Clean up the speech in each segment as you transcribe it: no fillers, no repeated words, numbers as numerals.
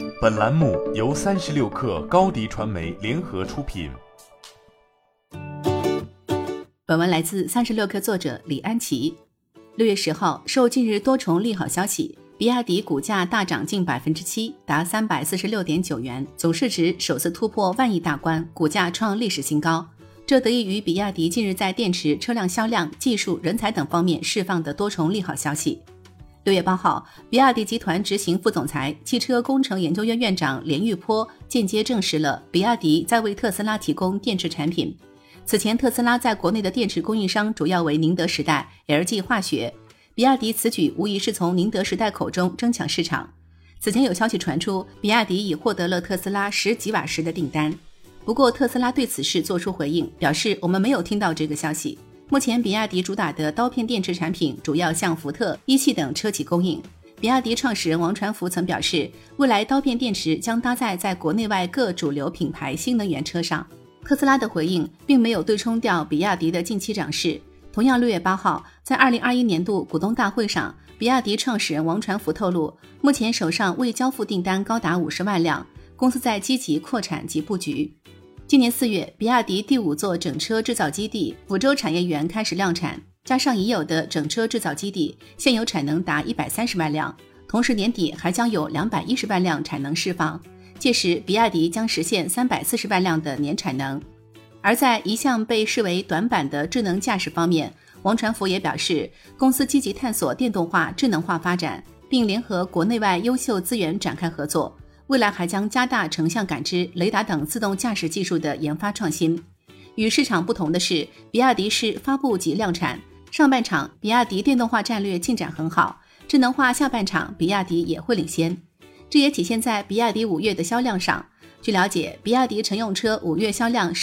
本栏目由36氪高迪传媒联合出品。 本文来自36氪作者李安琪。6月10号，受近日多重利好消息，比亚迪股价大涨近 7%， 达 346.9 元，总市值首次突破万亿大关，股价创历史新高。这得益于比亚迪近日在电池、车辆销量、技术、人才等方面释放的多重利好消息。6月8号，比亚迪集团执行副总裁、汽车工程研究院院长连玉波间接证实了比亚迪在为特斯拉提供电池产品。此前，特斯拉在国内的电池供应商主要为宁德时代、LG 化学，比亚迪此举无疑是从宁德时代口中争抢市场。此前有消息传出，比亚迪已获得了特斯拉10吉瓦时的订单。不过，特斯拉对此事做出回应，表示我们没有听到这个消息。目前，比亚迪主打的刀片电池产品主要向福特、一汽等车企供应。比亚迪创始人王传福曾表示，未来刀片电池将搭载在国内外各主流品牌新能源车上。特斯拉的回应并没有对冲掉比亚迪的近期涨势。同样6月8号，在2021年度股东大会上，比亚迪创始人王传福透露，目前手上未交付订单高达50万辆，公司在积极扩产及布局。今年4月，比亚迪第5座整车制造基地福州产业园开始量产，加上已有的整车制造基地，现有产能达130万辆，同时年底还将有210万辆产能释放，届时比亚迪将实现340万辆的年产能。而在一向被视为短板的智能驾驶方面，王传福也表示，公司积极探索电动化、智能化发展，并联合国内外优秀资源展开合作。未来还将加大成像感知、雷达等自动驾驶技术的研发创新。与市场不同的是，比亚迪是发布即量产，上半场比亚迪电动化战略进展很好，智能化下半场比亚迪也会领先。这也体现在比亚迪5月的销量上。据了解，比亚迪乘用车5月销量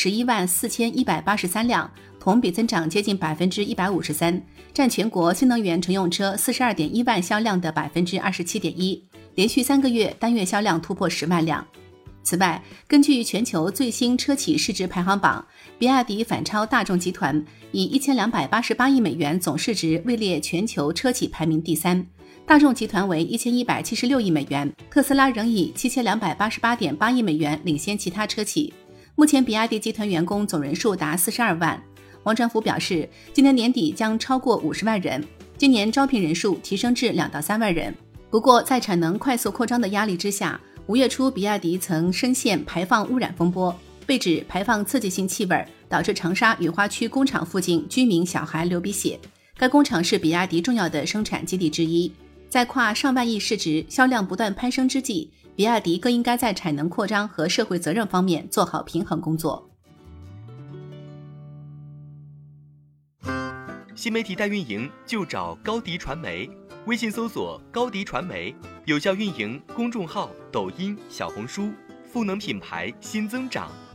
114183辆，同比增长接近 153%， 占全国新能源乘用车 42.1 万销量的 27.1%， 连续3个月单月销量突破10万辆。此外，根据全球最新车企市值排行榜，比亚迪反超大众集团，以1288亿美元总市值位列全球车企排名第3，大众集团为1176亿美元，特斯拉仍以7288.8亿美元领先其他车企。目前比亚迪集团员工总人数达42万。王传福表示，今年年底将超过50万人，今年招聘人数提升至2到3万人。不过，在产能快速扩张的压力之下，5月初比亚迪曾深陷排放污染风波，被指排放刺激性气味，导致长沙雨花区工厂附近居民小孩流鼻血。该工厂是比亚迪重要的生产基地之一。在跨上万亿市值、销量不断攀升之际，比亚迪更应该在产能扩张和社会责任方面做好平衡工作。 新媒体代运营就找高迪传媒，微信搜索高迪传媒，有效运营公众号、抖音、小红书，赋能品牌新增长。